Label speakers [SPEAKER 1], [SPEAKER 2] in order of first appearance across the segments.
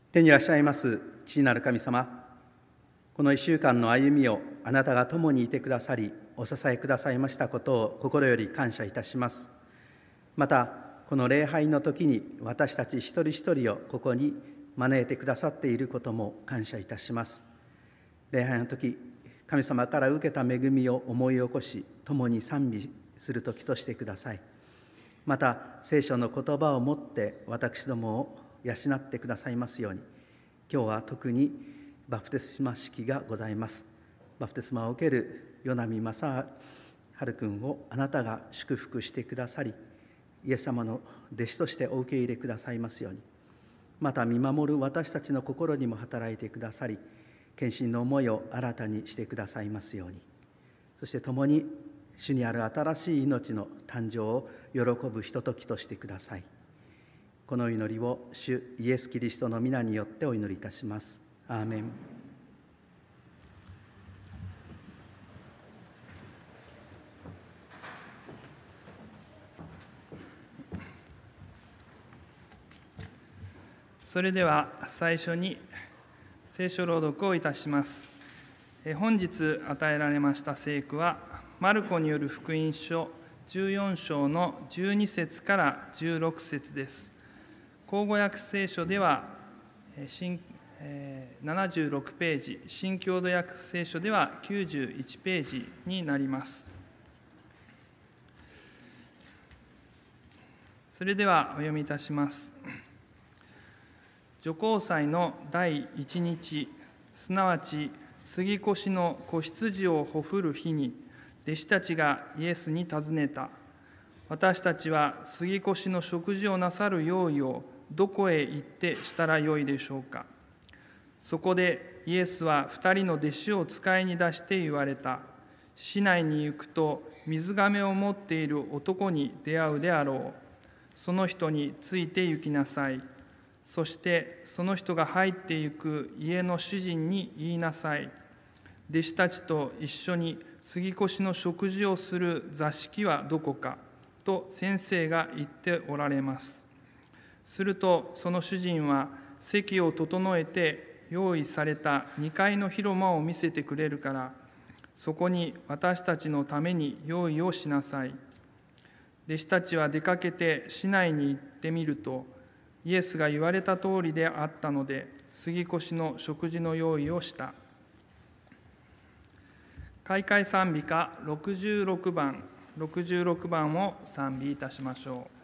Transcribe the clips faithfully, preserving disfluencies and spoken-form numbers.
[SPEAKER 1] 天にいらっしゃいます父なる神様、この一週間の歩みをあなたが共にいてくださり、お支えくださいましたことを心より感謝いたします。また、この礼拝の時に私たち一人一人をここに招いてくださっていることも感謝いたします。礼拝の時、神様から受けた恵みを思い起こし、共に賛美する時としてください。また、聖書の言葉をもって私どもを養ってくださいますように。今日は特にバプテスマ式がございます。バプテスマを受ける与波正治君をあなたが祝福してくださり、イエス様の弟子としてお受け入れくださいますように。また、見守る私たちの心にも働いてくださり、献身の思いを新たにしてくださいますように。そして共に主にある新しい命の誕生を喜ぶひとときとしてください。この祈りを主イエス・キリストの皆によってお祈りいたします。アーメン。
[SPEAKER 2] それでは最初に聖書朗読をいたします。本日与えられました聖句は、マルコによる福音書じゅうよん章のじゅうに節からじゅうろく節です。口語訳聖書では新ななじゅうろくページ、新共同訳聖書ではきゅうじゅういちページになります。それではお読みいたします。除光祭の第一日、すなわち杉越の子羊をほふる日に、弟子たちがイエスに尋ねた。私たちは杉越の食事をなさる用意をどこへ行ってしたらよいでしょうか。そこでイエスは二人の弟子を使いに出して言われた。市内に行くと水瓶を持っている男に出会うであろう。その人について行きなさい。そしてその人が入っていく家の主人に言いなさい。弟子たちと一緒に杉越の食事をする座敷はどこかと先生が言っておられます。するとその主人は席を整えて用意されたにかいの広間を見せてくれるから、そこに私たちのために用意をしなさい。弟子たちは出かけて市内に行ってみると、イエスが言われた通りであったので、杉越の食事の用意をした。開会賛美歌ろくじゅうろくばん、ろくじゅうろくばんを賛美いたしましょう。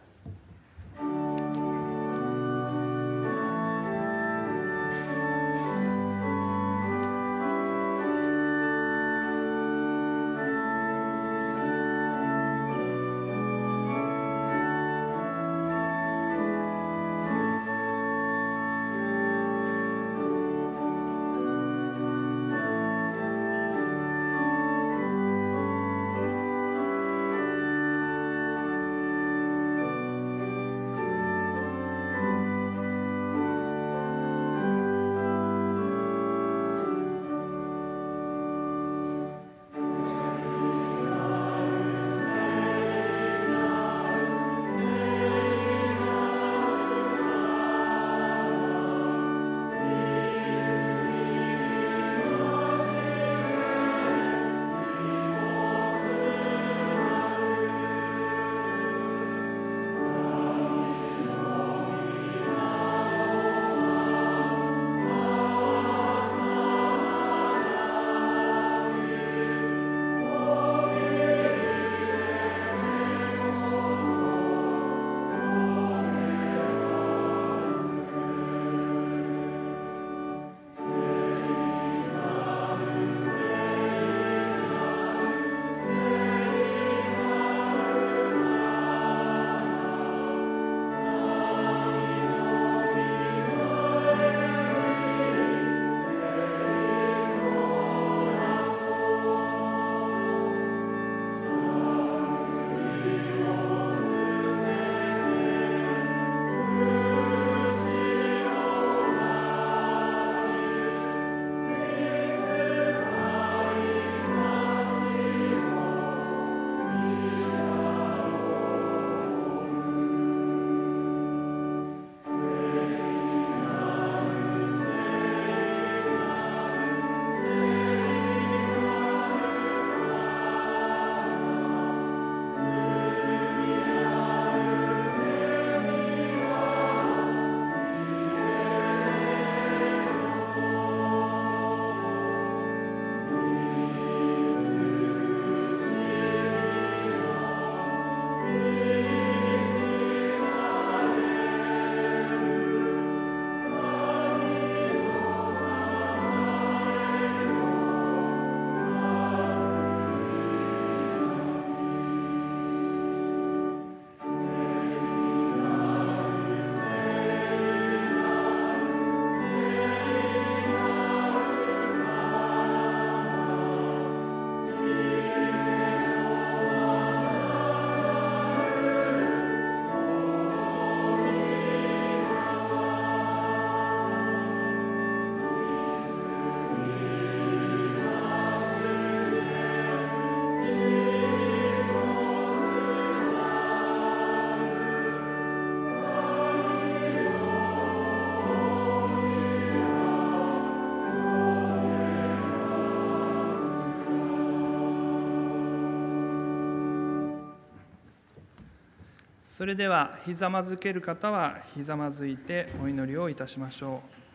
[SPEAKER 2] それではひざまずける方はひざまずいてお祈りをいたしましょう。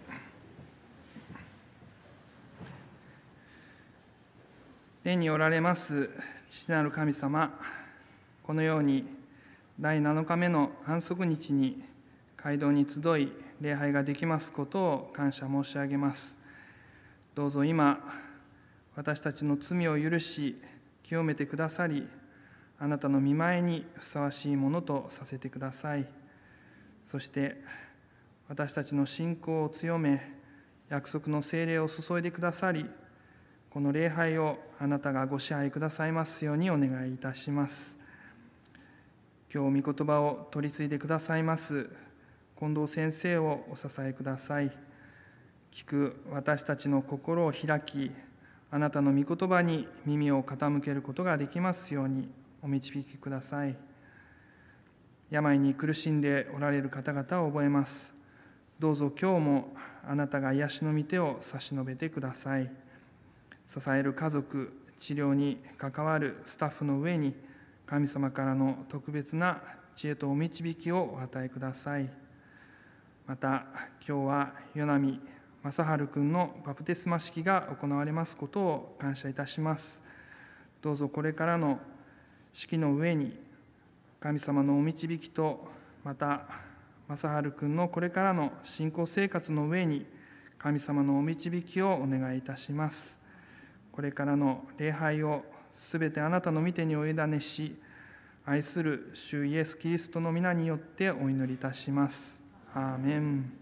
[SPEAKER 2] 天におられます父なる神様、このようにだいなのかめの安息日に街道に集い礼拝ができますことを感謝申し上げます。どうぞ今私たちの罪を許し清めてくださり、あなたの御前にふさわしいものとさせてください。そして私たちの信仰を強め、約束の聖霊を注いでくださり、この礼拝をあなたがご支配くださいますようにお願いいたします。今日御言葉を取り次いでくださいます近藤先生をお支えください。聞く私たちの心を開き、あなたの御言葉に耳を傾けることができますようにお導きください。病に苦しんでおられる方々を覚えます。どうぞ今日もあなたが癒しの御手を差し伸べてください。支える家族、治療に関わるスタッフの上に神様からの特別な知恵とお導きをお与えください。また今日は与波正治君のバプテスマ式が行われますことを感謝いたします。どうぞこれからの式の上に神様のお導きと、また正治君のこれからの信仰生活の上に神様のお導きをお願いいたします。これからの礼拝をすべてあなたの御手にお委ねし、愛する主イエス・キリストの皆によってお祈りいたします。アーメン。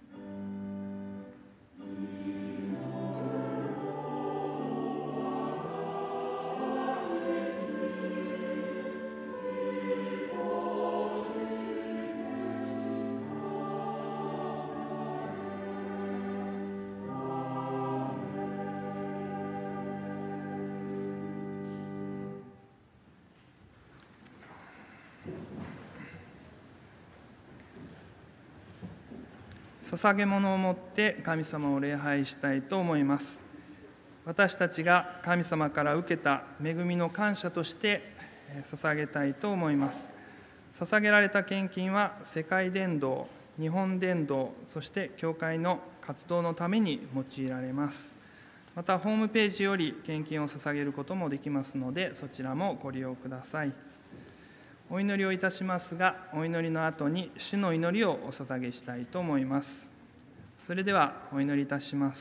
[SPEAKER 2] 捧げ物をもって神様を礼拝したいと思います。私たちが神様から受けた恵みの感謝として捧げたいと思います。捧げられた献金は世界伝道、日本伝道、そして教会の活動のために用いられます。またホームページより献金を捧げることもできますので、そちらもご利用ください。お祈りをいたしますが、お祈りの後に主の祈りをお捧げしたいと思います。それではお祈りいたします。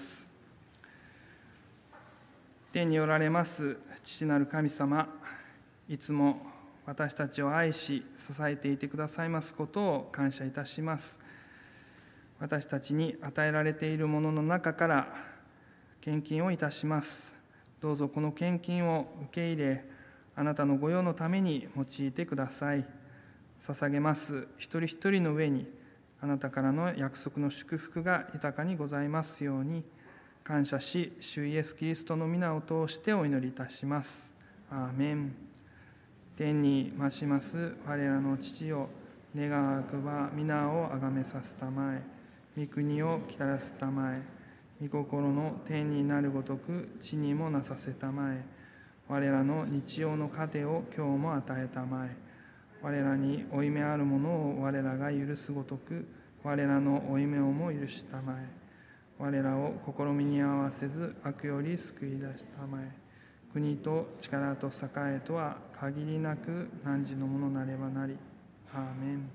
[SPEAKER 2] 天におられます父なる神様、いつも私たちを愛し支えていてくださいますことを感謝いたします。私たちに与えられているものの中から献金をいたします。どうぞこの献金を受け入れ、あなたの御用のために用いてください。捧げます一人一人の上に、あなたからの約束の祝福が豊かにございますように、感謝し、主イエス・キリストの皆を通してお祈りいたします。アーメン。天に増します我らの父よ、願わくば皆をあがめさすたまえ、御国をきたらすたまえ、御心の天になるごとく地にもなさせたまえ、我らの日曜の糧を今日も与えたまえ、我らに負い目あるものを我らが許すごとく、我らの負い目をも許したまえ、我らを試みに合わせず悪より救い出したまえ、国と力と栄えとは限りなく汝のものなればなり。アーメン。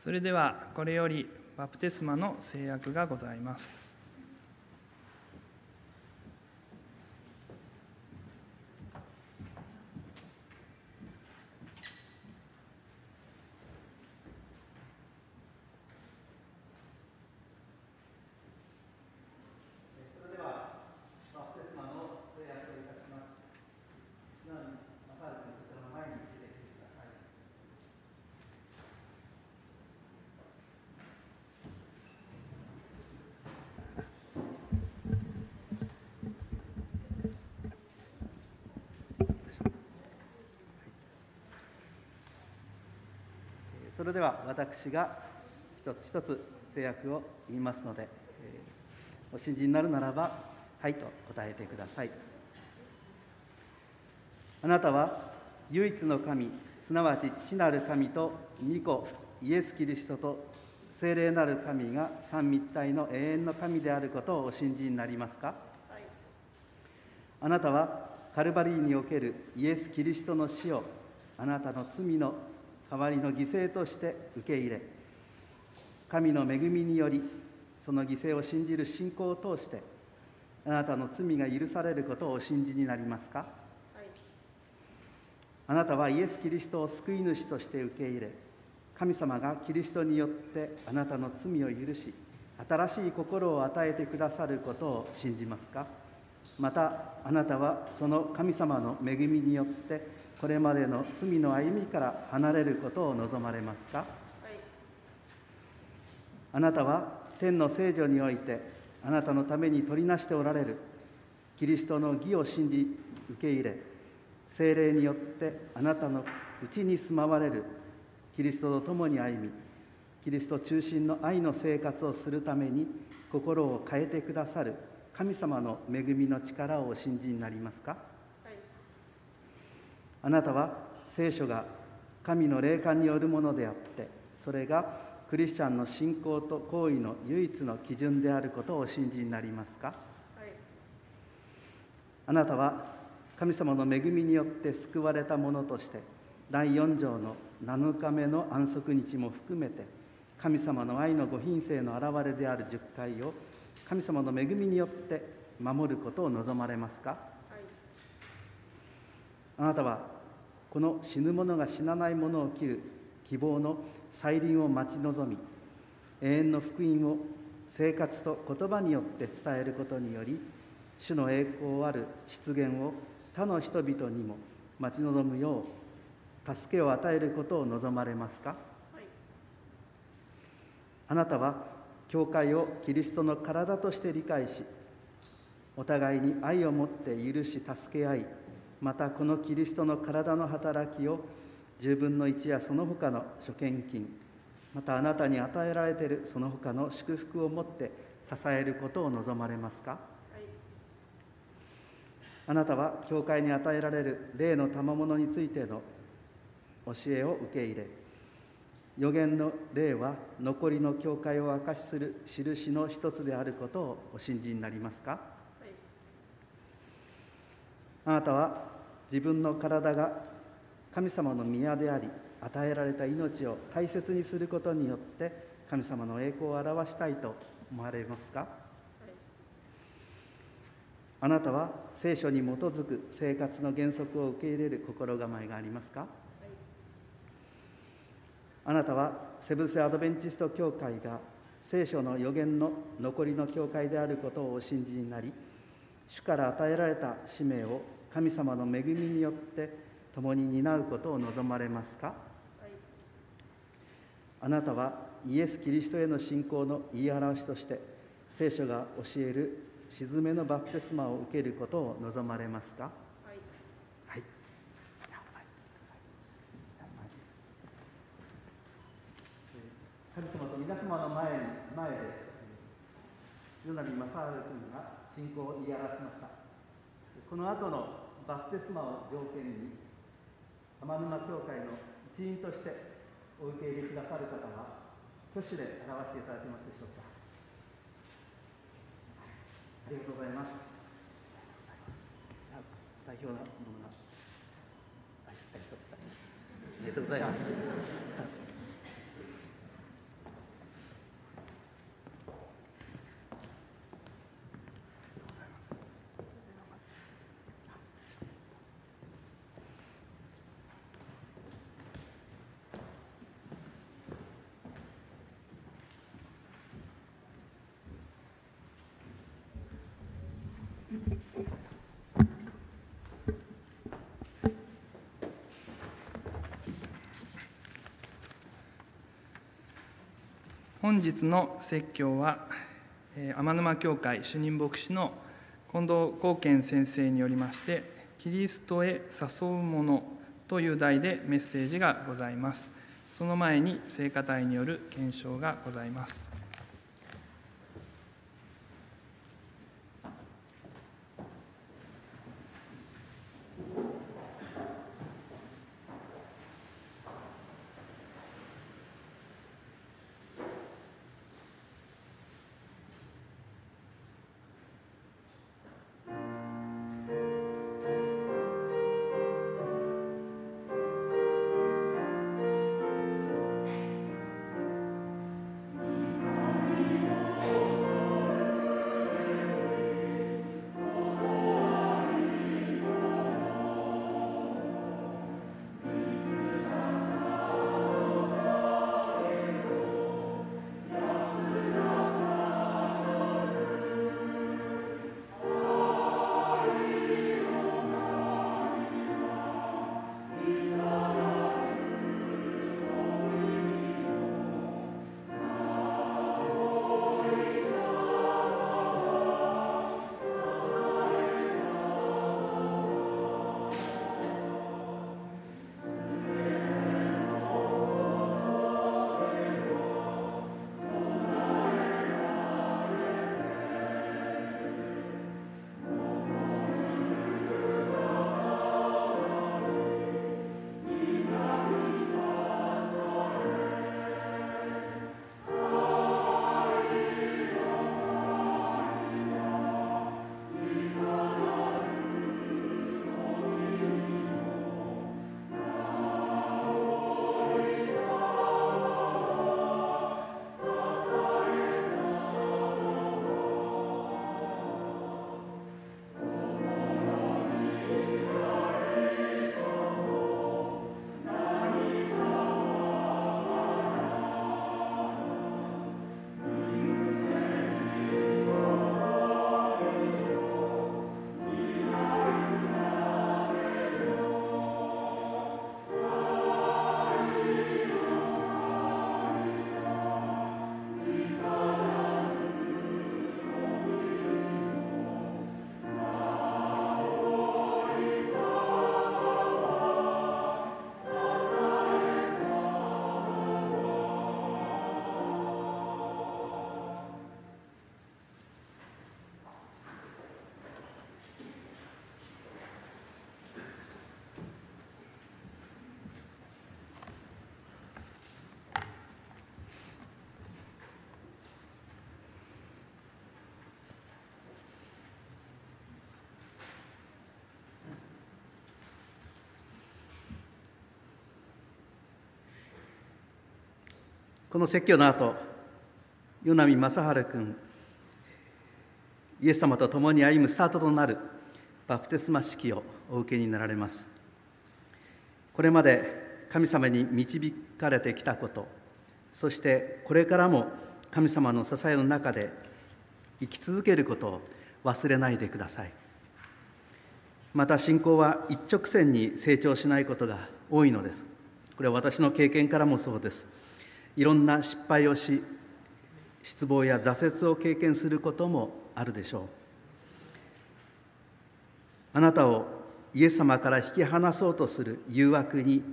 [SPEAKER 2] それではこれよりバプテスマの聖約がございます。
[SPEAKER 1] それでは私が一つ一つ聖約を言いますので、えー、お信じになるならば「はい」と答えてください。あなたは唯一の神、すなわち父なる神と御子イエス・キリストと聖霊なる神が三位一体の永遠の神であることをお信じになりますか？はい。あなたはカルバリーにおけるイエス・キリストの死をあなたの罪の代わりの犠牲として受け入れ、神の恵みによりその犠牲を信じる信仰を通してあなたの罪が許されることをお信じになりますか？はい。あなたはイエス・キリストを救い主として受け入れ、神様がキリストによってあなたの罪を許し、新しい心を与えてくださることを信じますか？またあなたはその神様の恵みによってこれまでの罪の歩みから離れることを望まれますか？はい。あなたは天の聖女においてあなたのために取りなしておられるキリストの義を信じ受け入れ、聖霊によってあなたのうちに住まわれるキリストと共に歩み、キリスト中心の愛の生活をするために心を変えてくださる神様の恵みの力をお信じになりますか？あなたは聖書が神の霊感によるものであって、それがクリスチャンの信仰と行為の唯一の基準であることをお信じになりますか？はい。あなたは神様の恵みによって救われたものとしてだいよん条のなのかめの安息日も含めて神様の愛のご品性の表れである十戒を神様の恵みによって守ることを望まれますか？あなたはこの死ぬ者が死なない者を切る希望の再臨を待ち望み、永遠の福音を生活と言葉によって伝えることにより、主の栄光ある出現を他の人々にも待ち望むよう助けを与えることを望まれますか？はい。あなたは教会をキリストの体として理解し、お互いに愛を持って許し助け合い、またこのキリストの体の働きをじゅうぶんのいちやその他の諸献金、またあなたに与えられているその他の祝福をもって支えることを望まれますか？はい。あなたは教会に与えられる霊の賜物についての教えを受け入れ、預言の霊は残りの教会を証しする印の一つであることをお信じになりますか？はい。あなたは自分の体が神様の宮であり、与えられた命を大切にすることによって神様の栄光を表したいと思われますか？はい。あなたは聖書に基づく生活の原則を受け入れる心構えがありますか？はい。あなたはセブンス・アドベンチスト教会が聖書の預言の残りの教会であることをお信じになり、主から与えられた使命を神様の恵みによって共に担うことを望まれますか？はい。あなたはイエス・キリストへの信仰の言い表しとして聖書が教える鎮めのバプテスマを受けることを望まれますか？はい。はい。神様と皆様の前に前でヨナビ正治君が信仰を言い表しました。この後のバプテスマを条件に天沼教会の一員としてお受け入れくださる方は挙手で表していただけますでしょうか。ありがとうございます。代表のものがありがとうございます。
[SPEAKER 2] 本日の説教は、えー、天沼教会主任牧師の近藤光健先生によりまして、キリストへ誘うものという題でメッセージがございます。その前に聖歌隊による検証がございます。
[SPEAKER 1] この説教の後、与那見正治君、イエス様と共に歩むスタートとなるバプテスマ式をお受けになられます。これまで神様に導かれてきたこと、そしてこれからも神様の支えの中で生き続けることを忘れないでください。また信仰は一直線に成長しないことが多いのです。これは私の経験からもそうです。いろんな失敗をし、失望や挫折を経験することもあるでしょう。あなたをイエス様から引き離そうとする誘惑に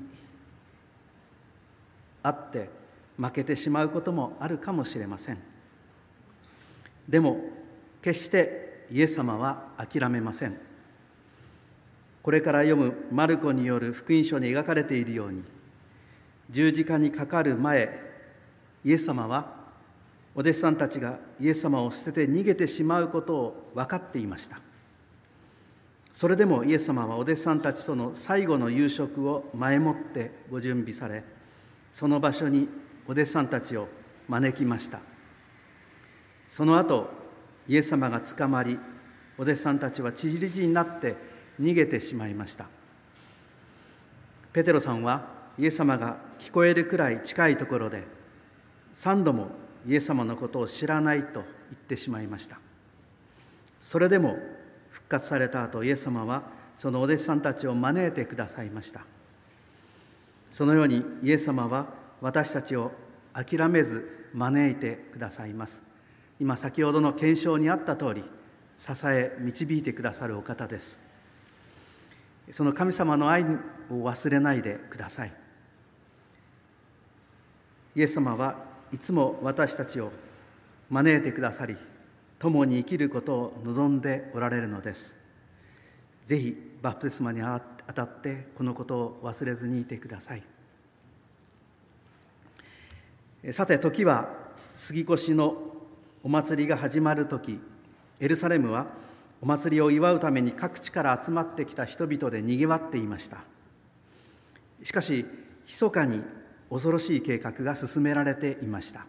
[SPEAKER 1] あって負けてしまうこともあるかもしれません。でも決してイエス様は諦めません。これから読むマルコによる福音書に描かれているように、十字架にかかる前、イエス様はお弟子さんたちがイエス様を捨てて逃げてしまうことを分かっていました。それでもイエス様はお弟子さんたちとの最後の夕食を前もってご準備され、その場所にお弟子さんたちを招きました。その後、イエス様が捕まり、お弟子さんたちはちじりじになって逃げてしまいました。ペテロさんはイエス様が聞こえるくらい近いところで、三度もイエス様のことを知らないと言ってしまいました。それでも復活された後、イエス様はそのお弟子さんたちを招いてくださいました。そのようにイエス様は私たちを諦めず招いてくださいます。今先ほどの検証にあった通り、支え導いてくださるお方です。その神様の愛を忘れないでください。イエス様はいつも私たちを招いてくださり、共に生きることを望んでおられるのです。ぜひバプテスマにあたってこのことを忘れずにいてください。さて、時は杉越のお祭りが始まる時、エルサレムはお祭りを祝うために各地から集まってきた人々でにぎわっていました。しかし、密かに恐ろしい計画が進められていました。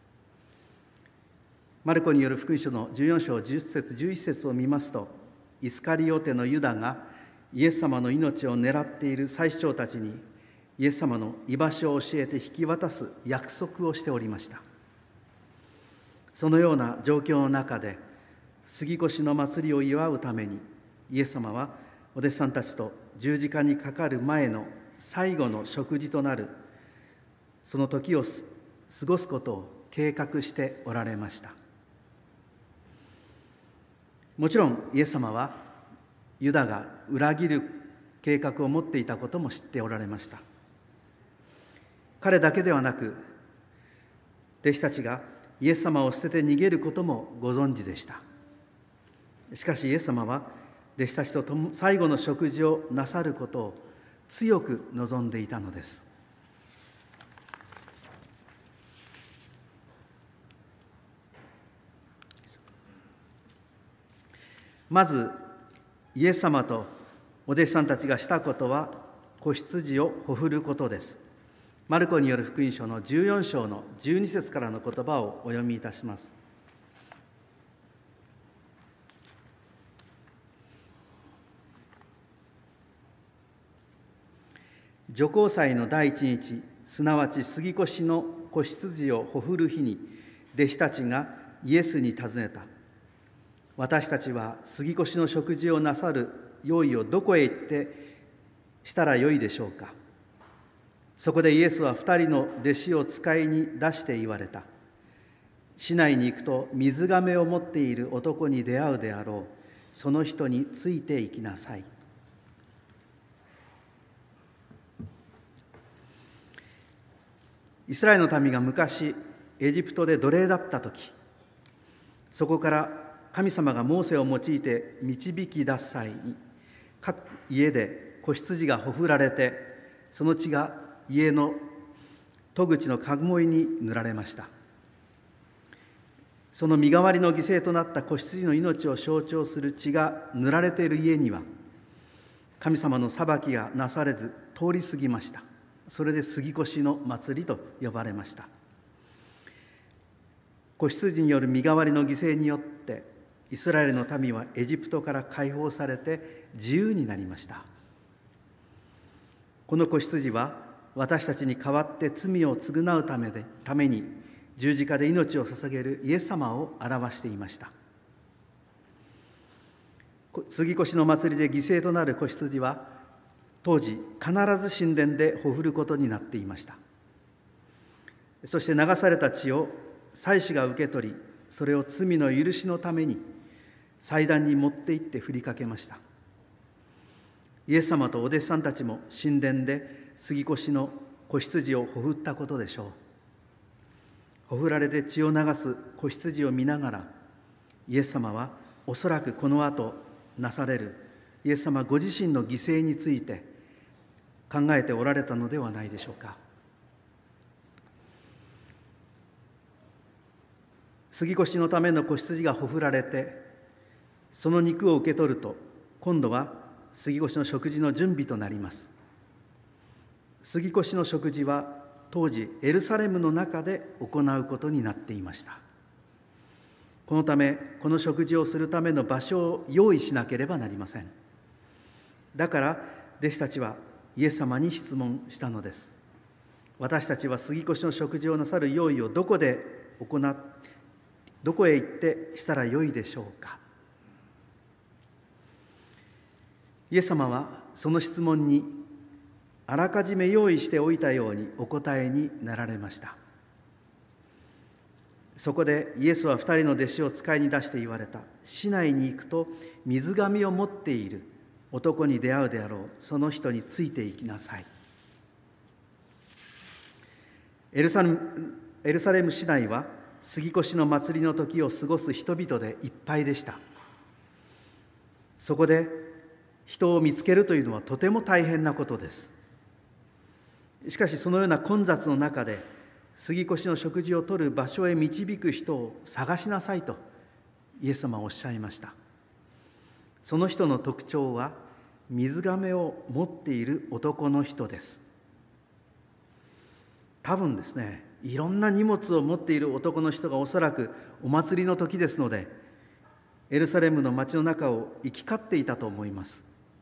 [SPEAKER 1] マルコによる福音書のじゅうよん章じゅっ節じゅういち節を見ますと、イスカリオテのユダがイエス様の命を狙っている祭司長たちにイエス様の居場所を教えて引き渡す約束をしておりました。そのような状況の中で、杉越の祭りを祝うためにイエス様はお弟子さんたちと十字架にかかる前の最後の食事となるその時を過ごすことを計画しておられました。もちろんイエス様はユダが裏切る計画を持っていたことも知っておられました。彼だけではなく、弟子たちがイエス様を捨てて逃げることもご存知でした。しかしイエス様は弟子たちと最後の食事をなさることを強く望んでいたのです。まずイエス様とお弟子さんたちがしたことは子羊をほふることです。マルコによる福音書のじゅうよん章のじゅうに節からの言葉をお読みいたします。除光祭の第一日、すなわち杉越の子羊をほふる日に、弟子たちがイエスに尋ねた。私たちは杉越の食事をなさる用意をどこへ行ってしたらよいでしょうか。そこでイエスは二人の弟子を使いに出して言われた。市内に行くと水がめを持っている男に出会うであろう。その人について行きなさい。イスラエルの民が昔エジプトで奴隷だったとき、そこから神様がモーセを用いて導き出す際に、各家で子羊がほふられて、その血が家の戸口の籠に塗られました。その身代わりの犠牲となった子羊の命を象徴する血が塗られている家には、神様の裁きがなされず通り過ぎました。それで杉越の祭りと呼ばれました。子羊による身代わりの犠牲によってイスラエルの民はエジプトから解放されて自由になりました。この子羊は私たちに代わって罪を償うためでために十字架で命を捧げるイエス様を表していました。杉越の祭りで犠牲となる子羊は当時必ず神殿でほふることになっていました。そして流された血を祭司が受け取り、それを罪の許しのために祭壇に持って行って振りかけました。イエス様とお弟子さんたちも神殿で杉越の子羊をほふったことでしょう。ほふられて血を流す子羊を見ながら、イエス様はおそらくこの後なされるイエス様ご自身の犠牲について考えておられたのではないでしょうか。杉越のための子羊がほふられて、その肉を受け取ると、今度は杉越の食事の準備となります。杉越の食事は当時エルサレムの中で行うことになっていました。このためこの食事をするための場所を用意しなければなりません。だから弟子たちはイエス様に質問したのです。私たちは杉越の食事をなさる用意をどこで行っどこへ行ってしたらよいでしょうか。イエス様はその質問にあらかじめ用意しておいたようにお答えになられました。 そこでイエスは二人の弟子を使いに出して言われた。市内に行くと水瓶を持っている男に出会うであろう。その人について行きなさい。エルサレム、エルサレム市内は杉越の祭りの時を過ごす人々でいっぱいでした。そこで人を見つけるというのはとても大変なことです。しかしそのような混雑の中で杉越の食事をとる場所へ導く人を探しなさいとイエス様はおっしゃいました。その人の特徴は水瓶を持っている男の人です。多分ですね、いろんな荷物を持っている男の人がおそらくお祭りの時ですので、エルサレムの街の中を行き交っていたと思います。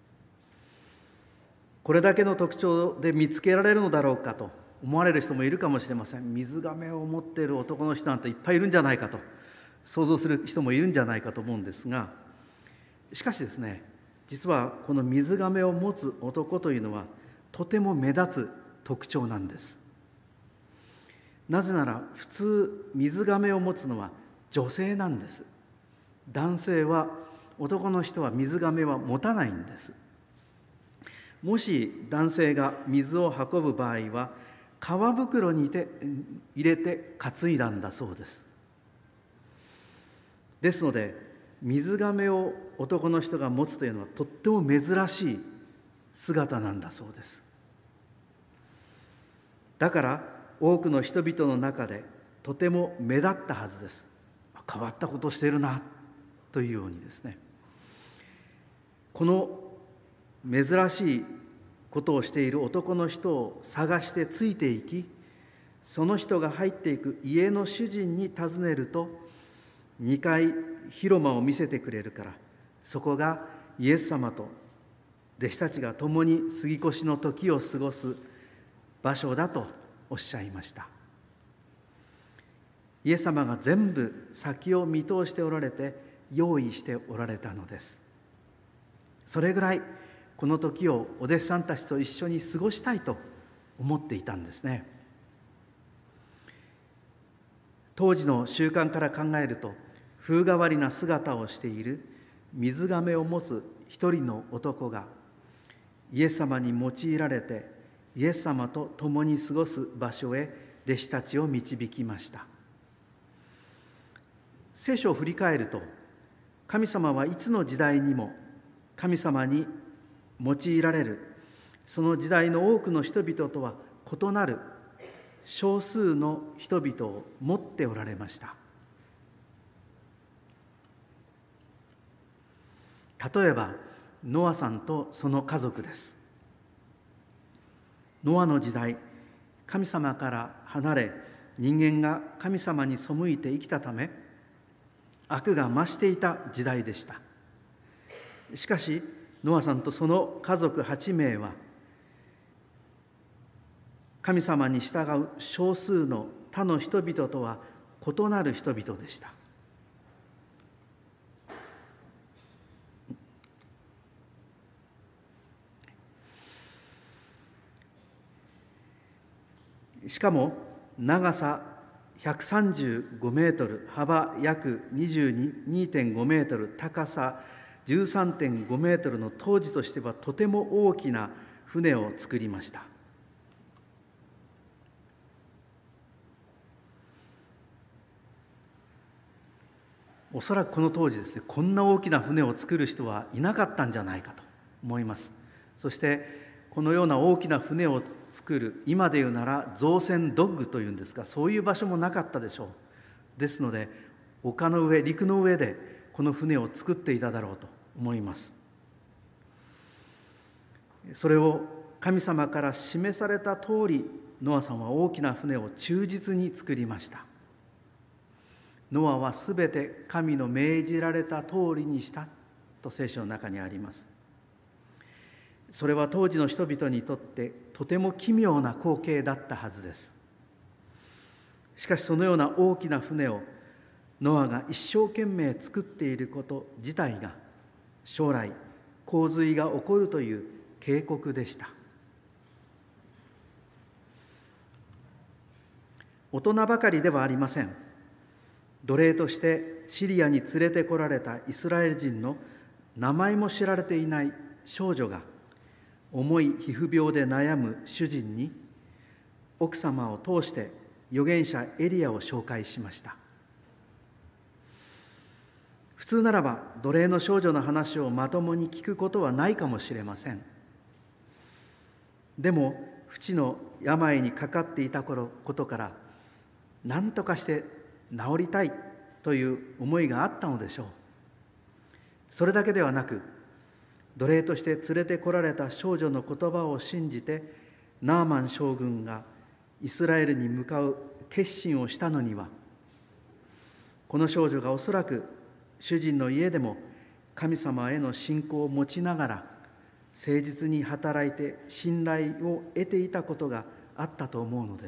[SPEAKER 1] これだけの特徴で見つけられるのだろうかと思われる人もいるかもしれません。水瓶を持っている男の人なんていっぱいいるんじゃないかと想像する人もいるんじゃないかと思うんですが、しかしですね、実はこの水瓶を持つ男というのはとても目立つ特徴なんです。なぜなら普通水瓶を持つのは女性なんです。男性は、男の人は水瓶は持たないんです。もし男性が水を運ぶ場合は革袋に入れて担いだんだそうです。ですので水瓶を男の人が持つというのはとっても珍しい姿なんだそうです。だから多くの人々の中でとても目立ったはずです。変わったことをしているなというようにですね、この珍しいことをしている男の人を探してついていき、その人が入っていく家の主人に尋ねると、にかい広間を見せてくれるから、そこがイエス様と弟子たちが共に杉越の時を過ごす場所だとおっしゃいました。イエス様が全部先を見通しておられて用意しておられたのです。それぐらいこの時をお弟子さんたちと一緒に過ごしたいと思っていたんですね。当時の習慣から考えると、風変わりな姿をしている水瓶を持つ一人の男がイエス様に用いられて、イエス様と共に過ごす場所へ弟子たちを導きました。聖書を振り返ると、神様はいつの時代にも神様に用いられる、その時代の多くの人々とは異なる少数の人々を持っておられました。例えばノアさんとその家族です。ノアの時代、神様から離れ人間が神様に背いて生きたため悪が増していた時代でした。しかしノアさんとその家族はちめいは神様に従う少数の他の人々とは異なる人々でした。しかも長さひゃくさんじゅうごメートル、幅約 にじゅうにてんごメートル、高さ じゅうさんてんごメートルの当時としてはとても大きな船を作りました。おそらくこの当時ですね、こんな大きな船を作る人はいなかったんじゃないかと思います。そしてこのような大きな船を作る、今でいうなら造船ドッグというんですが、そういう場所もなかったでしょう。ですので丘の上、陸の上でこの船を作っていただろうと思います。それを神様から示された通り、ノアさんは大きな船を忠実に作りました。ノアはすべて神の命じられた通りにしたと聖書の中にあります。それは当時の人々にとってとても奇妙な光景だったはずです。しかしそのような大きな船をノアが一生懸命作っていること自体が将来洪水が起こるという警告でした。大人ばかりではありません。 奴隷としてシリアに連れてこられたイスラエル人の名前も知られていない少女が重い皮膚病で悩む主人に奥様を通して預言者エリアを紹介しました。普通ならば奴隷の少女の話をまともに聞くことはないかもしれません。でも不治の病にかかっていたことから何とかして治りたいという思いがあったのでしょう。それだけではなく、奴隷として連れてこられた少女の言葉を信じてナーマン将軍がイスラエルに向かう決心をしたのには、この少女がおそらく主人の家でも神様への信仰を持ちながら誠実に働いて信頼を得ていたことがあったと思うのです。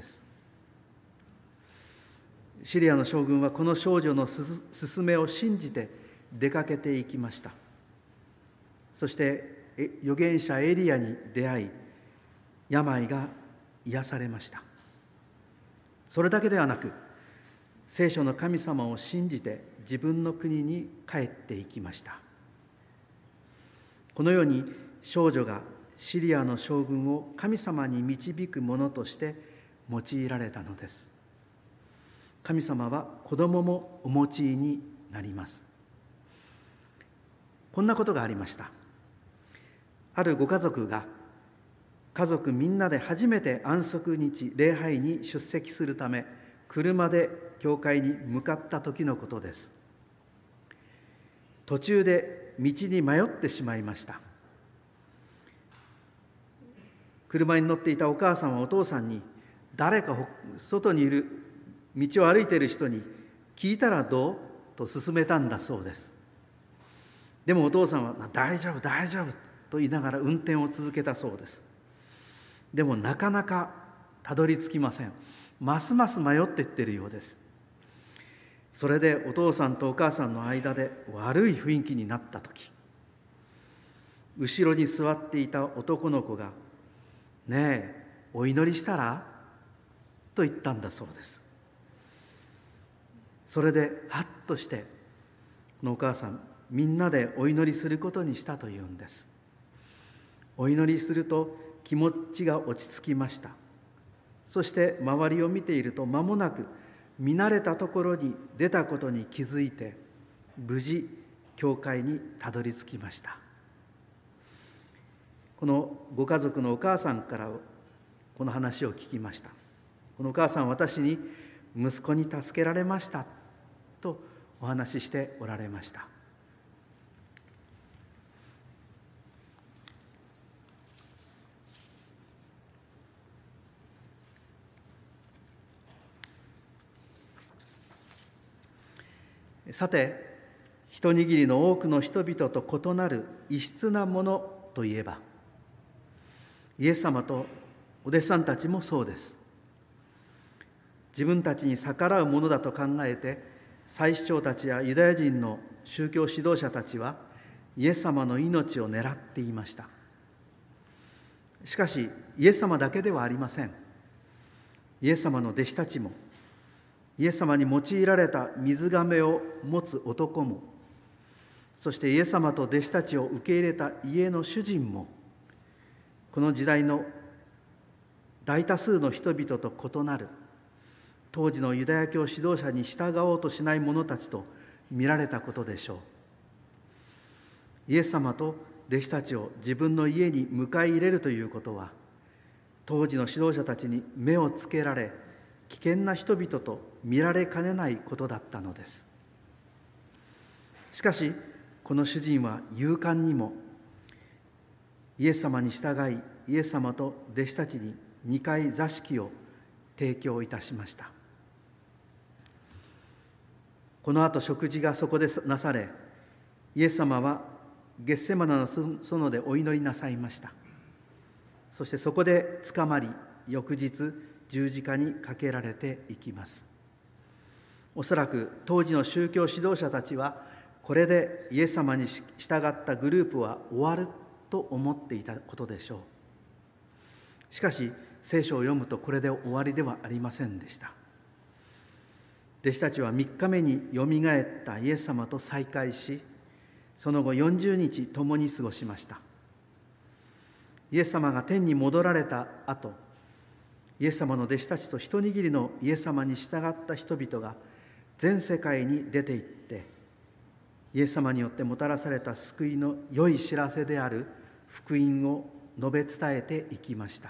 [SPEAKER 1] シリアの将軍はこの少女の勧めを信じて出かけていきました。そして預言者エリアに出会い、病が癒されました。それだけではなく、聖書の神様を信じて自分の国に帰っていきました。このように少女がシリアの将軍を神様に導く者として用いられたのです。神様は子供もお用いになります。こんなことがありました。あるご家族が家族みんなで初めて安息日礼拝に出席するため車で教会に向かった時のことです。途中で道に迷ってしまいました。車に乗っていたお母さんはお父さんに、誰か外にいる道を歩いている人に聞いたらどうと勧めたんだそうです。でもお父さんは大丈夫大丈夫と言いながら運転を続けたそうです。でもなかなかたどり着きません。ますます迷っていっているようです。それでお父さんとお母さんの間で悪い雰囲気になった時、後ろに座っていた男の子が、ねえ、お祈りしたらと言ったんだそうです。それでハッとして、このお母さん、みんなでお祈りすることにしたというんです。お祈りすると気持ちが落ち着きました。そして周りを見ていると、間もなく見慣れたところに出たことに気づいて、無事教会にたどり着きました。このご家族のお母さんからこの話を聞きました。このお母さんは私に、息子に助けられましたとお話ししておられました。さて、一握りの多くの人々と異なる異質なものといえば、イエス様とお弟子さんたちもそうです。自分たちに逆らうものだと考えて、祭司長たちやユダヤ人の宗教指導者たちはイエス様の命を狙っていました。しかしイエス様だけではありません。イエス様の弟子たちも、イエス様に用いられた水瓶を持つ男も、そしてイエス様と弟子たちを受け入れた家の主人も、この時代の大多数の人々と異なる当時のユダヤ教指導者に従おうとしない者たちと見られたことでしょう。イエス様と弟子たちを自分の家に迎え入れるということは、当時の指導者たちに目をつけられ、危険な人々と見られかねないことだったのです。しかしこの主人は勇敢にもイエス様に従い、イエス様と弟子たちににかい座敷を提供いたしました。この後食事がそこでなされ、イエス様はゲッセマナの園でお祈りなさいました。そしてそこで捕まり、翌日十字架にかけられていきます。おそらく当時の宗教指導者たちは、これでイエス様に従ったグループは終わると思っていたことでしょう。しかし聖書を読むと、これで終わりではありませんでした。 弟子たちはみっかめによみがえったイエス様と再会し、その後よんじゅうにち共に過ごしました。イエス様が天に戻られた後、イエス様の弟子たちと一握りのイエス様に従った人々が全世界に出て行って、イエス様によってもたらされた救いの良い知らせである福音を述べ伝えていきました。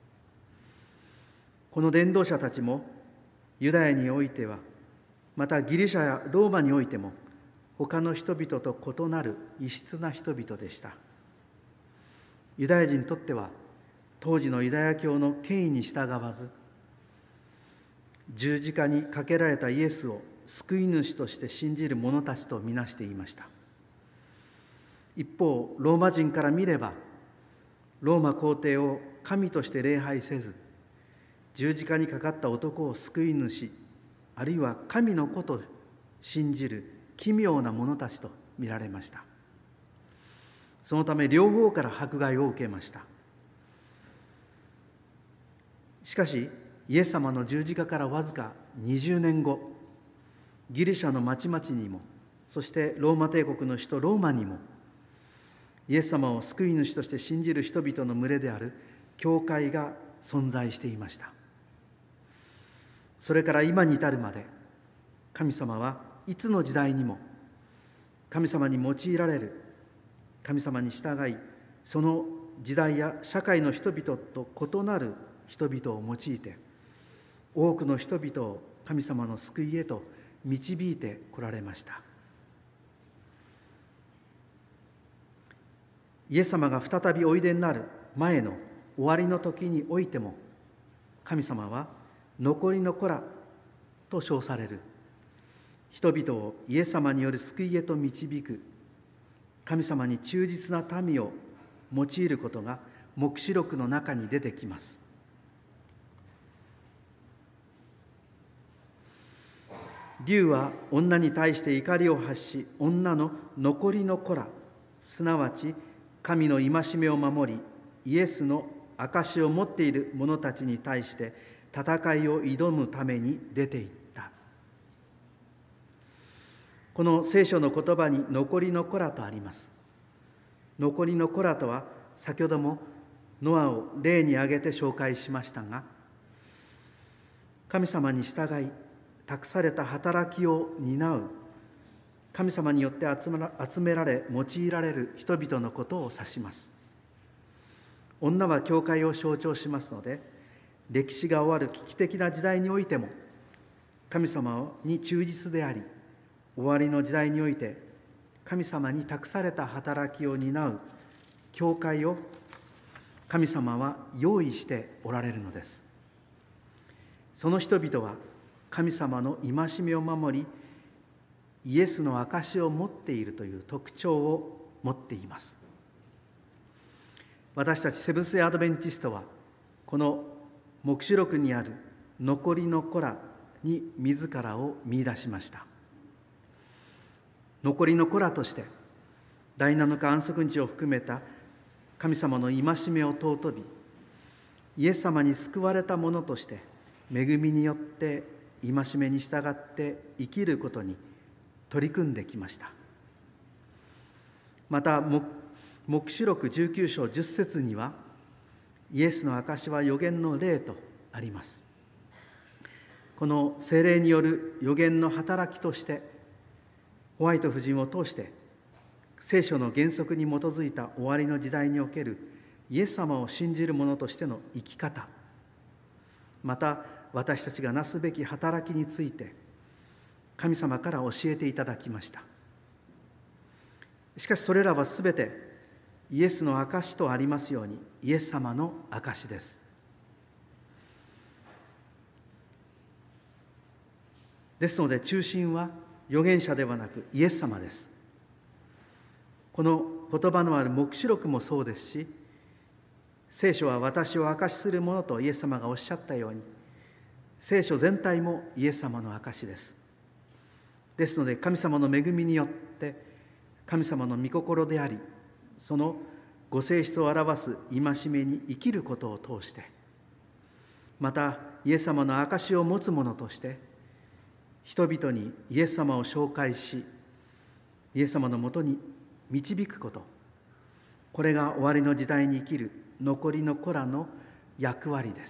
[SPEAKER 1] この伝道者たちもユダヤにおいては、またギリシャやローマにおいても他の人々と異なる異質な人々でした。ユダヤ人にとっては当時のユダヤ教の権威に従わず、十字架にかけられたイエスを救い主として信じる者たちとみなしていました。一方、ローマ人から見れば、ローマ皇帝を神として礼拝せず、十字架にかかった男を救い主、あるいは神の子と信じる奇妙な者たちと見られました。そのため両方から迫害を受けました。しかし、イエス様の十字架からわずかにじゅうねんご、ギリシャの町々にも、そしてローマ帝国の首都ローマにも、イエス様を救い主として信じる人々の群れである教会が存在していました。それから今に至るまで、神様はいつの時代にも神様に用いられる、神様に従い、その時代や社会の人々と異なる人々を用いて、多くの人々を神様の救いへと導いてこられました。イエス様が再びおいでになる前の終わりの時においても、神様は残りの子らと称される人々をイエス様による救いへと導く神様に忠実な民を用いることが黙示録の中に出てきます。竜は女に対して怒りを発し、女の残りの子ら、すなわち神の戒めを守り、イエスの証を持っている者たちに対して戦いを挑むために出ていった。この聖書の言葉に残りの子らとあります。残りの子らとは、先ほどもノアを例に挙げて紹介しましたが、神様に従い託された働きを担う、神様によって集められ用いられる人々のことを指します。女は教会を象徴しますので、歴史が終わる危機的な時代においても神様に忠実であり、終わりの時代において神様に託された働きを担う教会を神様は用意しておられるのです。その人々は神様の戒めを守り、イエスの証を持っているという特徴を持っています。私たちセブンス・デイ・アドベンチストは、この黙示録にある残りの子らに自らを見出しました。残りの子らとして、第七日安息日を含めた神様の戒めを尊び、イエス様に救われた者として、恵みによって戒めに従って生きることに取り組んできました。また、黙示録じゅうきゅう章じゅっ節には、イエスの証は預言の霊とあります。この聖霊による預言の働きとして、ホワイト夫人を通して聖書の原則に基づいた終わりの時代におけるイエス様を信じる者としての生き方、また私たちがなすべき働きについて神様から教えていただきました。しかしそれらはすべてイエスの証とありますように、イエス様の証です。ですので中心は預言者ではなくイエス様です。この言葉のある黙示録もそうですし、聖書は私を証しするものとイエス様がおっしゃったように、聖書全体もイエス様の証です。ですので神様の恵みによって神様の御心であり、そのご性質を表す戒めに生きることを通して、またイエス様の証を持つ者として人々にイエス様を紹介し、イエス様のもとに導くこと、これが終わりの時代に生きる残りの子らの役割です。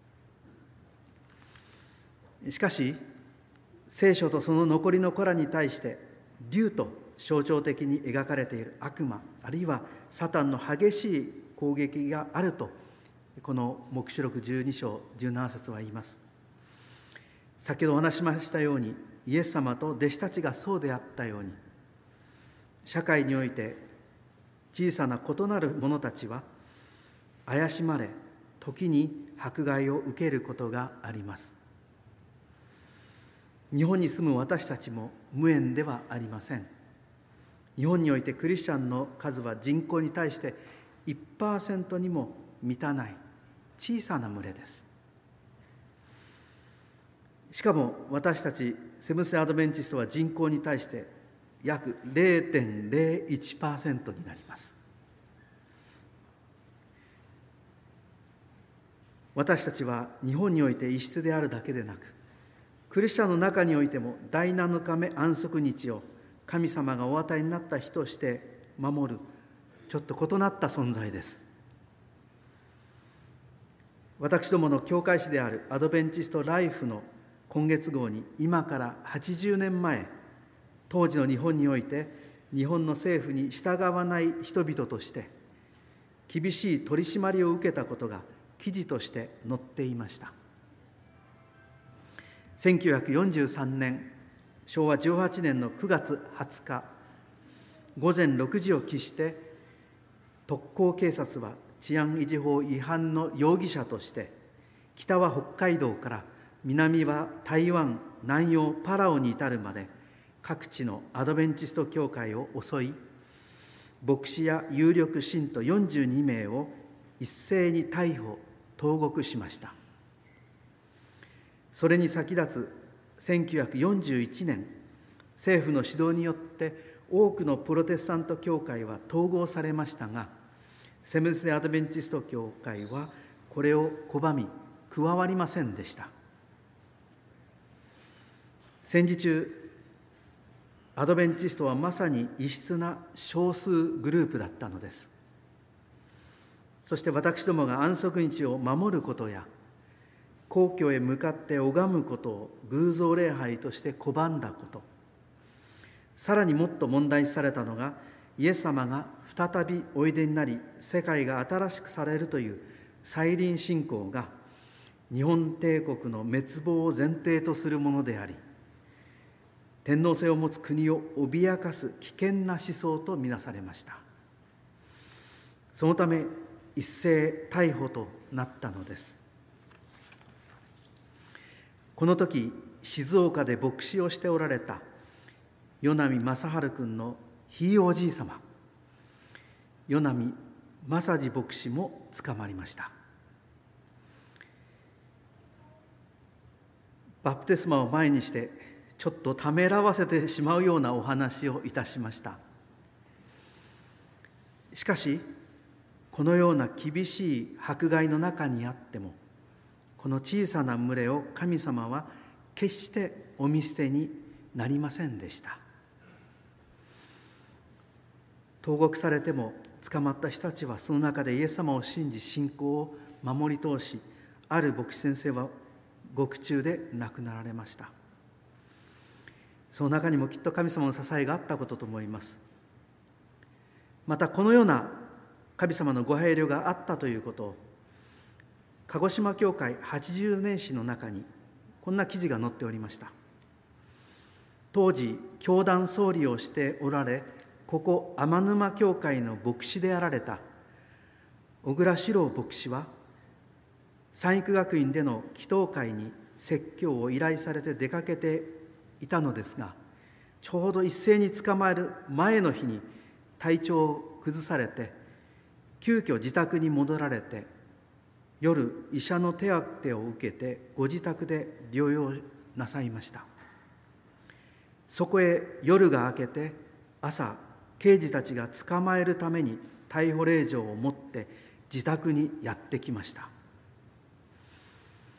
[SPEAKER 1] しかし、聖書とその残りの子らに対して竜と象徴的に描かれている悪魔、あるいはサタンの激しい攻撃があると、この黙示録じゅうに章じゅうなな節は言います。先ほどお話しましたように、イエス様と弟子たちがそうであったように、社会において小さな異なる者たちは怪しまれ、時に迫害を受けることがあります。日本に住む私たちも無縁ではありません。日本においてクリスチャンの数は人口に対して いちパーセント にも満たない小さな群れです。しかも私たちセブンス・デー・アドベンチストは人口に対して約 ゼロてんゼロいちパーセント になります。私たちは日本において異質であるだけでなく、クリスチャンの中においても第なのかめ安息日を神様がお与えになった日として守る、ちょっと異なった存在です。私どもの教会誌であるアドベンチスト・ライフの今月号に、今からはちじゅうねんまえ、当時の日本において日本の政府に従わない人々として厳しい取り締まりを受けたことが記事として載っていました。せんきゅうひゃくよんじゅうさんねん、しょうわじゅうはちねんのくがつはつか、ごぜんろくじを期して特高警察は治安維持法違反の容疑者として、北は北海道から南は台湾、南洋パラオに至るまで各地のアドベンチスト教会を襲い、牧師や有力信徒よんじゅうにめいを一斉に逮捕・投獄しました。それに先立つせんきゅうひゃくよんじゅういちねん、政府の指導によって多くのプロテスタント教会は統合されましたが、セブンス・デー・アドベンチスト教会はこれを拒み加わりませんでした。戦時中、アドベンチストはまさに異質な少数グループだったのです。そして私どもが安息日を守ることや皇居へ向かって拝むことを偶像礼拝として拒んだこと、さらにもっと問題視されたのが、イエス様が再びおいでになり世界が新しくされるという再臨信仰が日本帝国の滅亡を前提とするものであり、天皇制を持つ国を脅かす危険な思想とみなされました。そのため一斉逮捕となったのです。この時、静岡で牧師をしておられた与波正治君のひいおじいさま、与波正治牧師も捕まりました。バプテスマを前にしてちょっとためらわせてしまうようなお話をいたしました。しかしこのような厳しい迫害の中にあっても、この小さな群れを神様は決してお見捨てになりませんでした。投獄されても捕まった人たちはその中でイエス様を信じ信仰を守り通し、ある牧師先生は獄中で亡くなられました。その中にもきっと神様の支えがあったことと思います。またこのような神様のご配慮があったということを、鹿児島教会はちじゅうねん史の中にこんな記事が載っておりました。当時教団総理をしておられ、ここ天沼教会の牧師であられた小倉史郎牧師は、三育学院での祈祷会に説教を依頼されて出かけていたのですが、ちょうど一斉に捕まえる前の日に体調を崩されて、急遽自宅に戻られて、夜医者の手当てを受けてご自宅で療養なさいました。そこへ夜が明けて、朝刑事たちが捕まえるために逮捕令状を持って自宅にやってきました。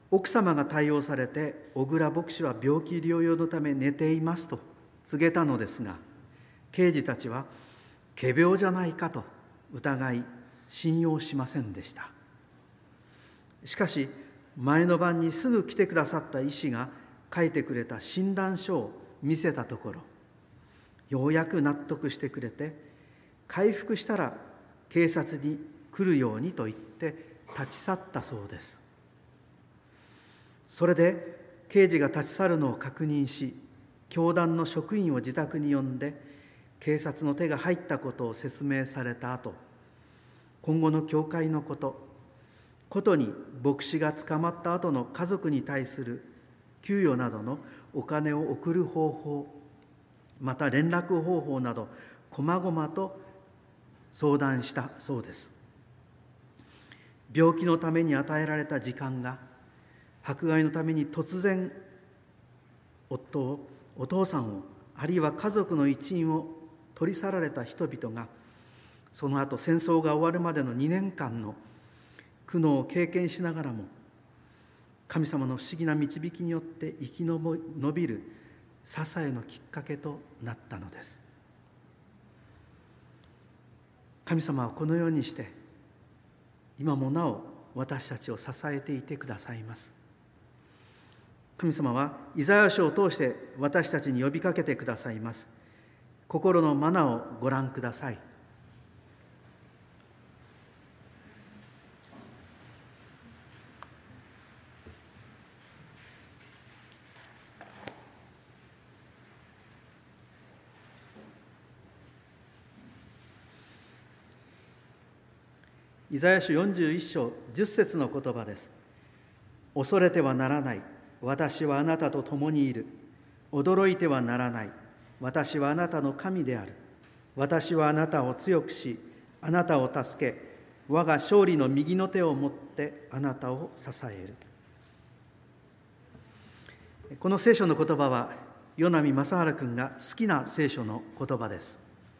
[SPEAKER 1] 奥様が対応されて、小倉牧師は病気療養のため寝ていますと告げたのですが、刑事たちは仮病じゃないかと疑い、信用しませんでした。しかし前の晩にすぐ来てくださった医師が書いてくれた診断書を見せたところ、ようやく納得してくれて、回復したら警察に来るようにと言って立ち去ったそうです。それで刑事が立ち去るのを確認し、教団の職員を自宅に呼んで警察の手が入ったことを説明された後、今後の教会のこと、ことに牧師が捕まった後の家族に対する給与などのお金を送る方法、また連絡方法など細々と相談したそうです。病気のために与えられた時間が、迫害のために突然夫を、お父さんを、あるいは家族の一員を取り去られた人々が、その後戦争が終わるまでのにねんかんの苦悩を経験しながらも、神様の不思議な導きによって生き延びる支えのきっかけとなったのです。神様はこのようにして今もなお私たちを支えていてくださいます。神様はイザヤ書を通して私たちに呼びかけてくださいます。心のマナをご覧ください。イザヤ書よんじゅういっ章じゅっ節の言葉です。恐れてはならない。私はあなたと共にいる。驚いてはならない。私はあなたの神である。私はあなたを強くし、あなたを助け、我が勝利の右の手を持ってあなたを支える。この聖書の言葉は、与那見正治君が好きな聖書の言葉です。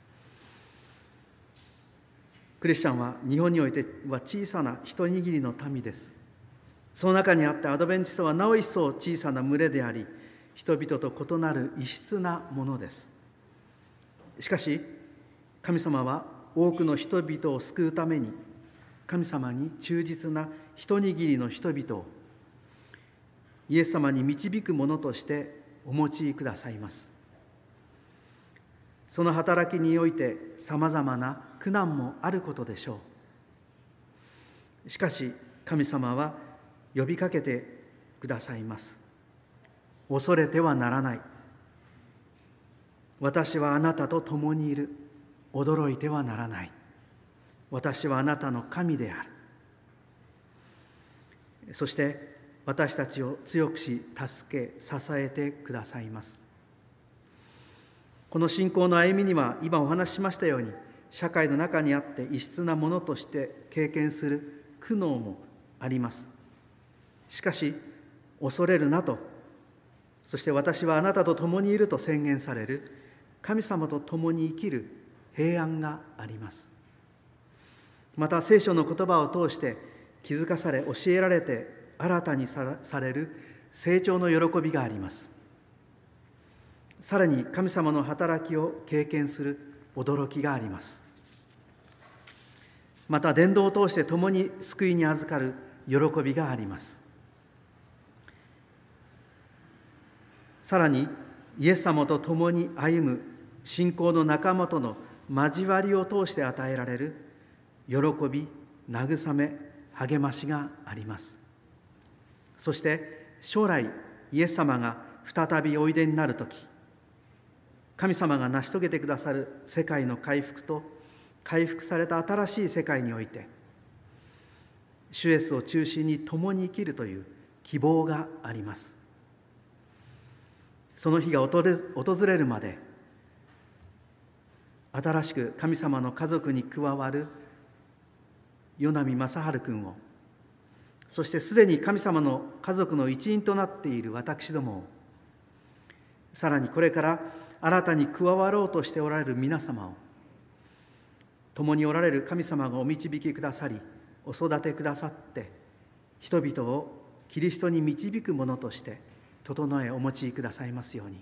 [SPEAKER 1] クリスチャンは日本においては小さな一握りの民です。その中にあってアドベンチストはなお一層小さな群れであり、人々と異なる異質なものです。しかし神様は多くの人々を救うために、神様に忠実な一握りの人々をイエス様に導くものとしてお持ちくださいます。その働きにおいてさまざまな苦難もあることでしょう。しかし神様は呼びかけてくださいます。恐れてはならない。私はあなたと共にいる。驚いてはならない。私はあなたの神である。そして私たちを強くし、助け、支えてくださいます。この信仰の歩みには、今お話ししましたように、社会の中にあって異質なものとして経験する苦悩もあります。しかし恐れるなと、そして私はあなたと共にいると宣言される神様と共に生きる平安があります。また聖書の言葉を通して気づかされ、教えられて新たにされる成長の喜びがあります。さらに神様の働きを経験する驚きがあります。また伝道を通して共に救いに預かる喜びがあります。さらにイエス様と共に歩む信仰の仲間との交わりを通して与えられる喜び、慰め、励ましがあります。そして将来イエス様が再びおいでになるとき、神様が成し遂げてくださる世界の回復と回復された新しい世界において、主イエスを中心に共に生きるという希望があります。その日が訪れるまで、新しく神様の家族に加わる与那見正治君を、そしてすでに神様の家族の一員となっている私どもを、さらにこれから新たに加わろうとしておられる皆様を、共におられる神様がお導きくださり、お育てくださって、人々をキリストに導くものとして整えお持ちくださいますように。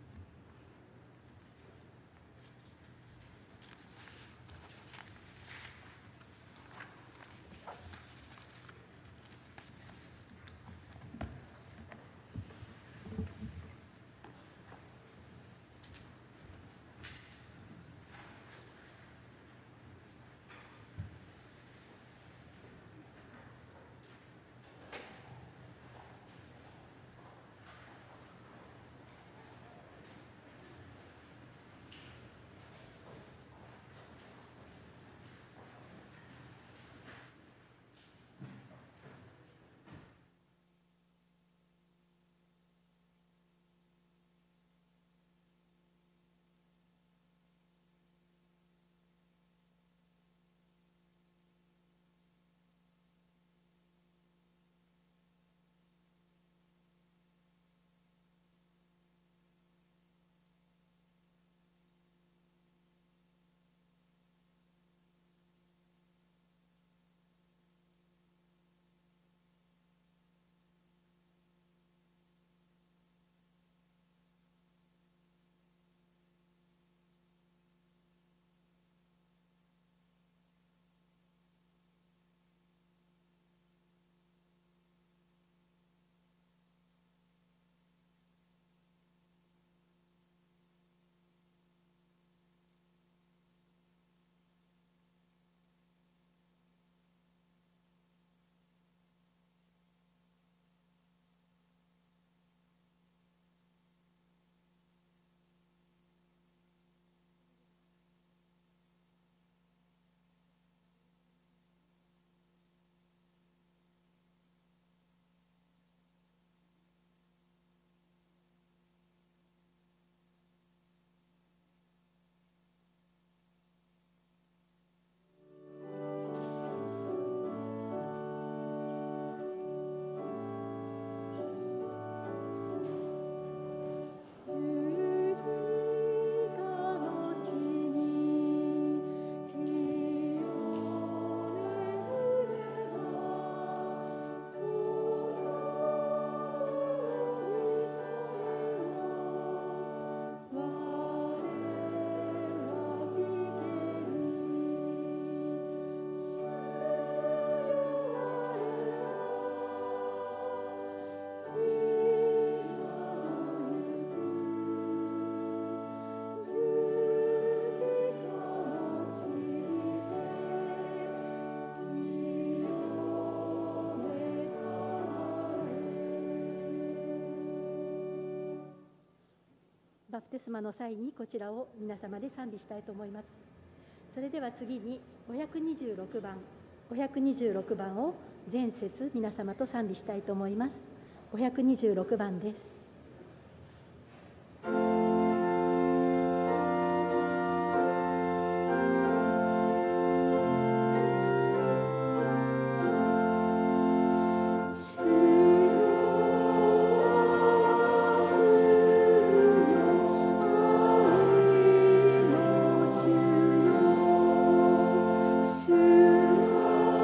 [SPEAKER 3] バプテスマの際にこちらを皆様で賛美したいと思います。それでは次にごひゃくにじゅうろくばんごひゃくにじゅうろくばんを全節皆様と賛美したいと思います。ごひゃくにじゅうろくばんです。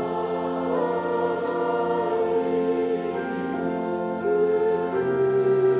[SPEAKER 4] 主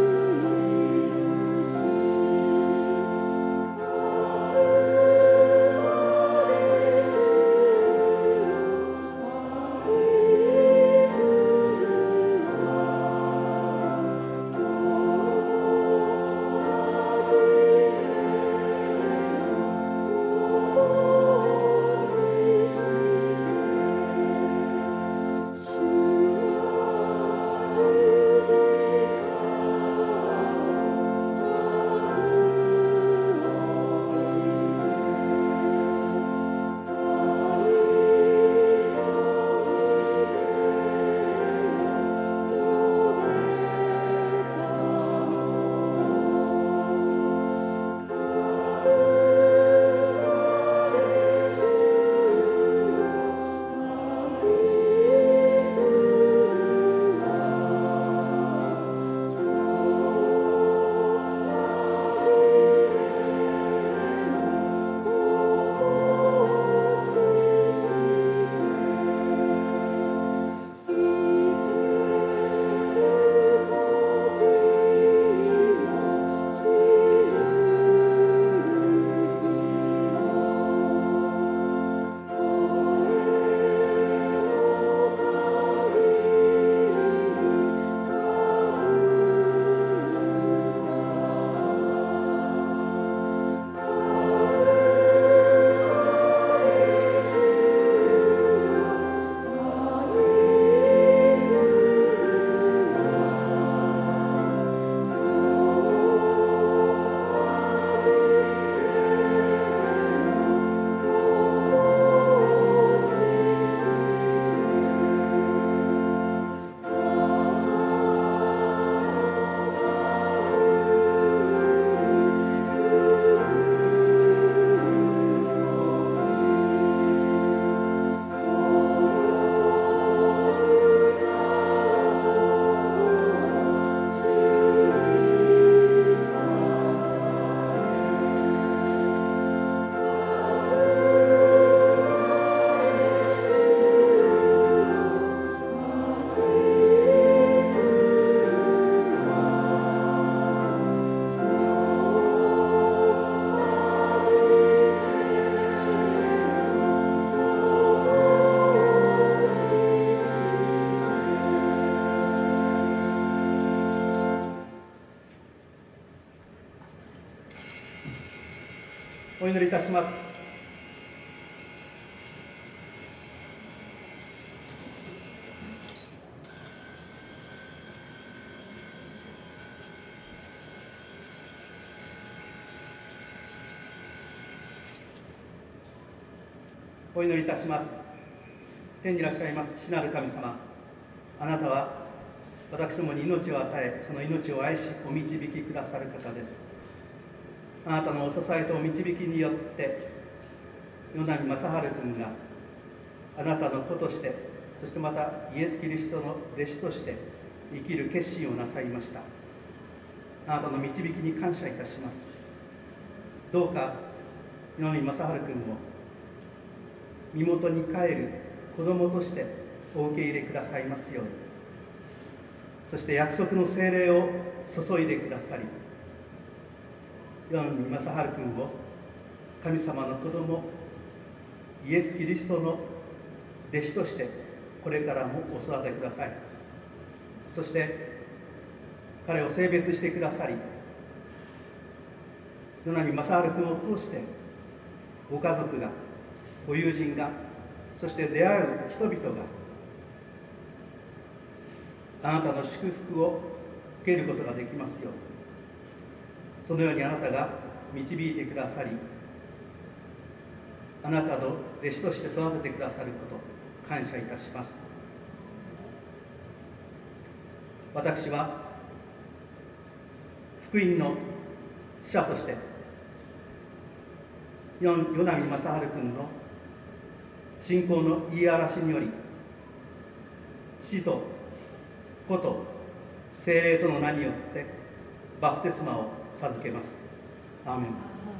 [SPEAKER 1] お祈りいたします。お祈りいたします。天にいらっしゃいます父なる神様、あなたは私どもに命を与え、その命を愛しお導きくださる方です。あなたのお支えとお導きによって与那正治君があなたの子として、そしてまたイエス・キリストの弟子として生きる決心をなさいました。あなたの導きに感謝いたします。どうか与那正治君を身元に帰る子供としてお受け入れくださいますように、そして約束の聖霊を注いでくださり、与那正治君を神様の子供イエス・キリストの弟子としてこれからもお育てください。そして彼を性別してくださり、与那正治君を通してご家族が、ご友人が、そして出会う人々があなたの祝福を受けることができますように、そのようにあなたが導いてくださり、あなたの弟子として育ててくださること感謝いたします。私は福音の使者として与那正治君の信仰の言い表しにより、父と子と聖霊との名によってバプテスマを授けます。アーメン。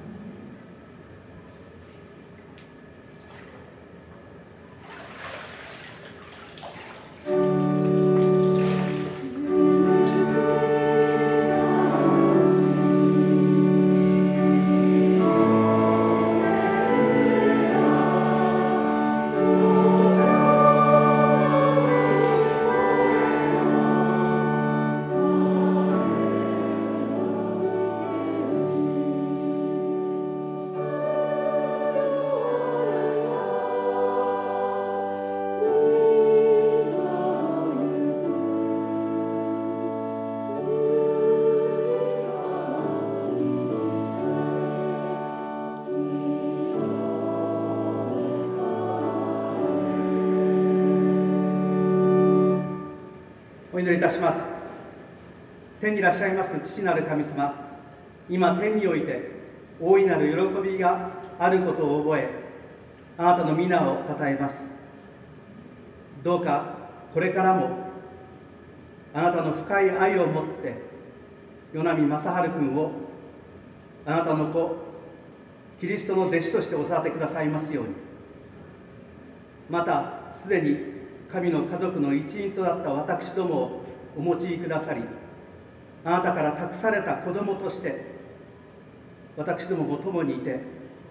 [SPEAKER 1] お祈りいたします。天にいらっしゃいます父なる神様、今天において大いなる喜びがあることを覚え、あなたの皆をたたえます。どうかこれからもあなたの深い愛を持って与那正治君をあなたの子キリストの弟子としてお育てくださいますように、またすでに神の家族の一員となった私どもをお持ちくださり、あなたから託された子供として私どもご共にいて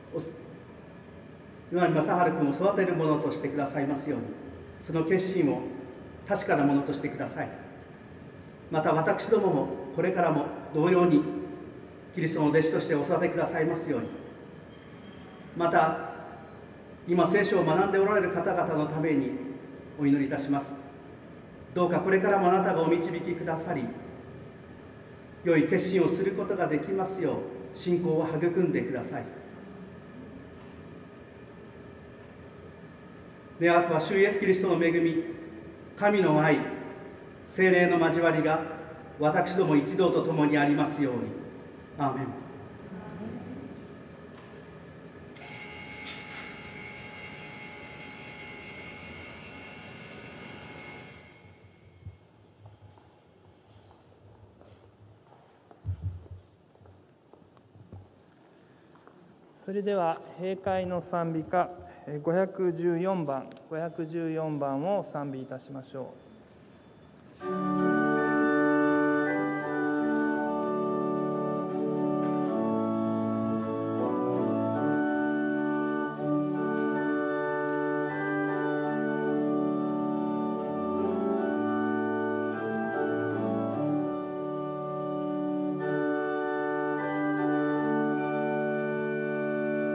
[SPEAKER 1] 与那正治君を育てる者としてくださいますように、その決心を確かなものとしてください。また私どももこれからも同様にキリストの弟子としてお育てくださいますように、また今聖書を学んでおられる方々のためにお祈りいたします。どうかこれからもあなたがお導きくださり、良い決心をすることができますよう信仰を育んでください。願わくは主イエスキリストの恵み、神の愛、聖霊の交わりが私ども一同と共にありますように。アーメン。
[SPEAKER 2] それでは閉会の賛美歌ごひゃくじゅうよんばんごひゃくじゅうよんばんを賛美いたしましょう。
[SPEAKER 4] 「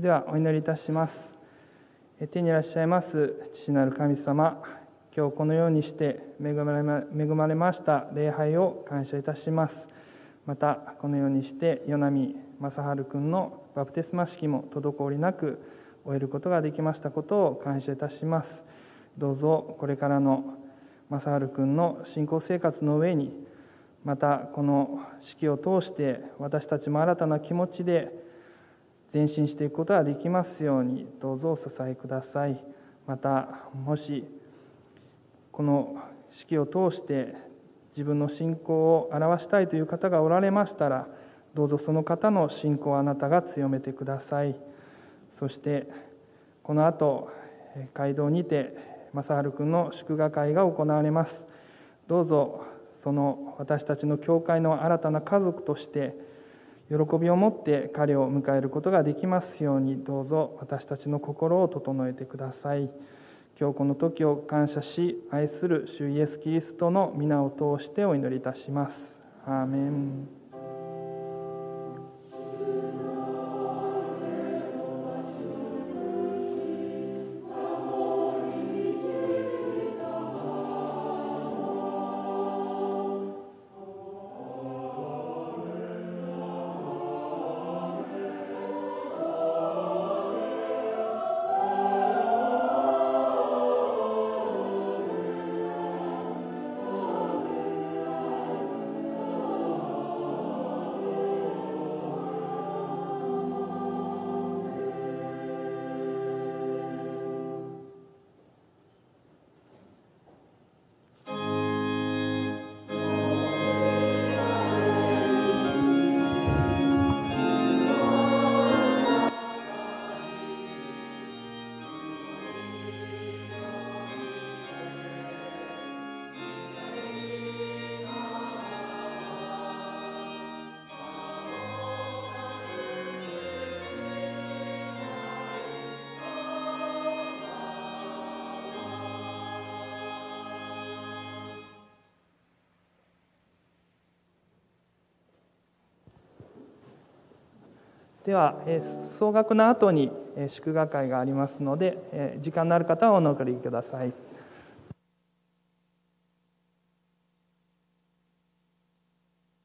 [SPEAKER 2] ではお祈りいたします。天にいらっしゃいます父なる神様、今日このようにして恵まれま、恵まれました礼拝を感謝いたします。またこのようにして与波正治君のバプテスマ式も滞りなく終えることができましたことを感謝いたします。どうぞこれからの正治君の信仰生活の上に、またこの式を通して私たちも新たな気持ちで前進していくことができますようにどうぞお支えください。またもしこの式を通して自分の信仰を表したいという方がおられましたら、どうぞその方の信仰をあなたが強めてください。そしてこの後会堂にて正治君の祝賀会が行われます。どうぞその私たちの教会の新たな家族として喜びを持って彼を迎えることができますように、どうぞ私たちの心を整えてください。今日この時を感謝し愛する主イエスキリストの皆を通してお祈りいたします。アーメン。では、総額の後に祝賀会がありますので、時間のある方はお残りください。